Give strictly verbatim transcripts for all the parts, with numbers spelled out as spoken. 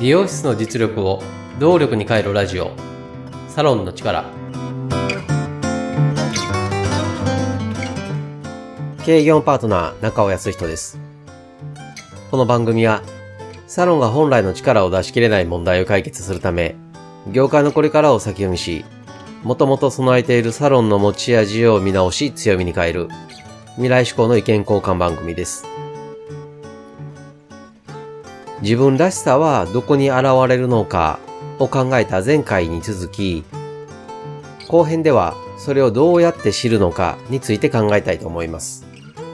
美容室の実力を動力に変えるラジオ、サロンの力。経営業パートナー中尾康人です。この番組はサロンが本来の力を出し切れない問題を解決するため、業界のこれからを先読みし、もともと備えているサロンの持ち味を見直し強みに変える未来志向の意見交換番組です。自分らしさはどこに現れるのかを考えた前回に続き、後編ではそれをどうやって知るのかについて考えたいと思います。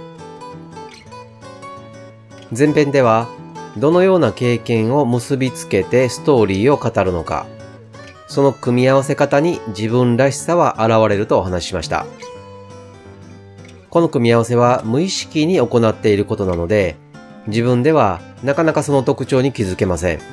前編ではどのような経験を結びつけてストーリーを語るのか、その組み合わせ方に自分らしさは現れるとお話ししました。この組み合わせは無意識に行っていることなので、自分ではなかなかその特徴に気づけません。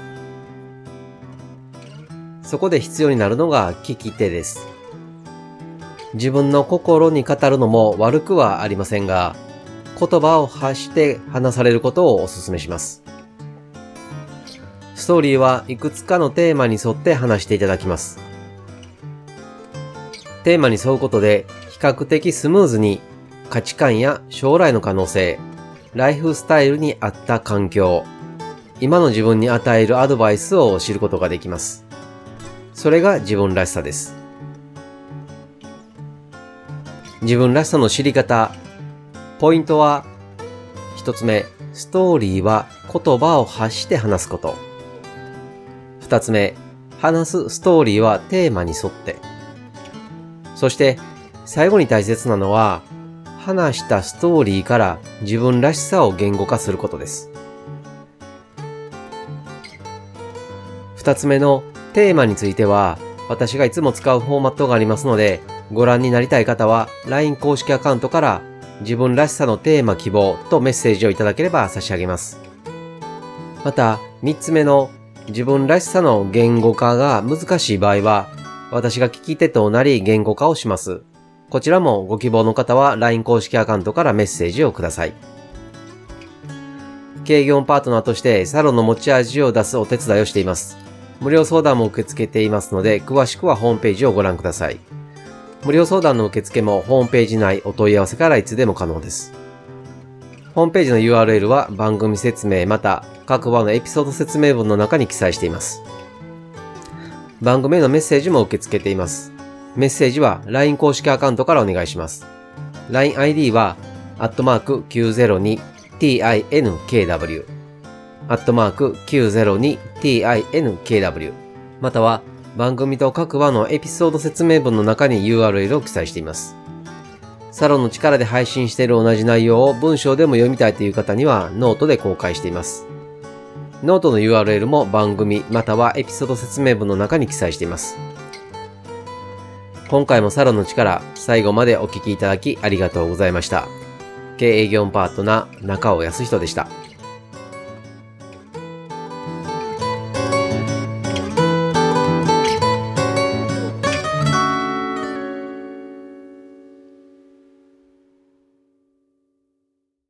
そこで必要になるのが聞き手です。自分の心に語るのも悪くはありませんが、言葉を発して話されることをお勧めします。ストーリーはいくつかのテーマに沿って話していただきます。テーマに沿うことで比較的スムーズに価値観や将来の可能性、ライフスタイルに合った環境、今の自分に与えるアドバイスを知ることができます。それが自分らしさです。自分らしさの知り方、ポイントは一つ目、ストーリーは言葉を発して話すこと。二つ目、話すストーリーはテーマに沿って。そして最後に大切なのは、話したストーリーから自分らしさを言語化することです。二つ目のテーマについては、私がいつも使うフォーマットがありますので、ご覧になりたい方は ライン 公式アカウントから自分らしさのテーマ希望とメッセージをいただければ差し上げます。また、三つ目の自分らしさの言語化が難しい場合は、私が聞き手となり言語化をします。こちらもご希望の方は ライン 公式アカウントからメッセージをください。経営業パートナーとしてサロンの持ち味を出すお手伝いをしています。無料相談も受け付けていますので、詳しくはホームページをご覧ください。無料相談の受付もホームページ内お問い合わせからいつでも可能です。ホームページの ユーアールエル は番組説明また各話のエピソード説明文の中に記載しています。番組へのメッセージも受け付けています。メッセージは ライン 公式アカウントからお願いします。ラインアイディー は、アットマーク きゅうぜろにティーアイエヌケーダブリュー、アットマーク きゅうぜろにティーアイエヌケーダブリュー、または番組と各話のエピソード説明文の中に ユーアールエル を記載しています。サロンの力で配信している同じ内容を文章でも読みたいという方にはノートで公開しています。ノートの ユーアールエル も番組またはエピソード説明文の中に記載しています。今回もサロンの力、最後までお聞きいただきありがとうございました。経営業パートナー中尾康人でした。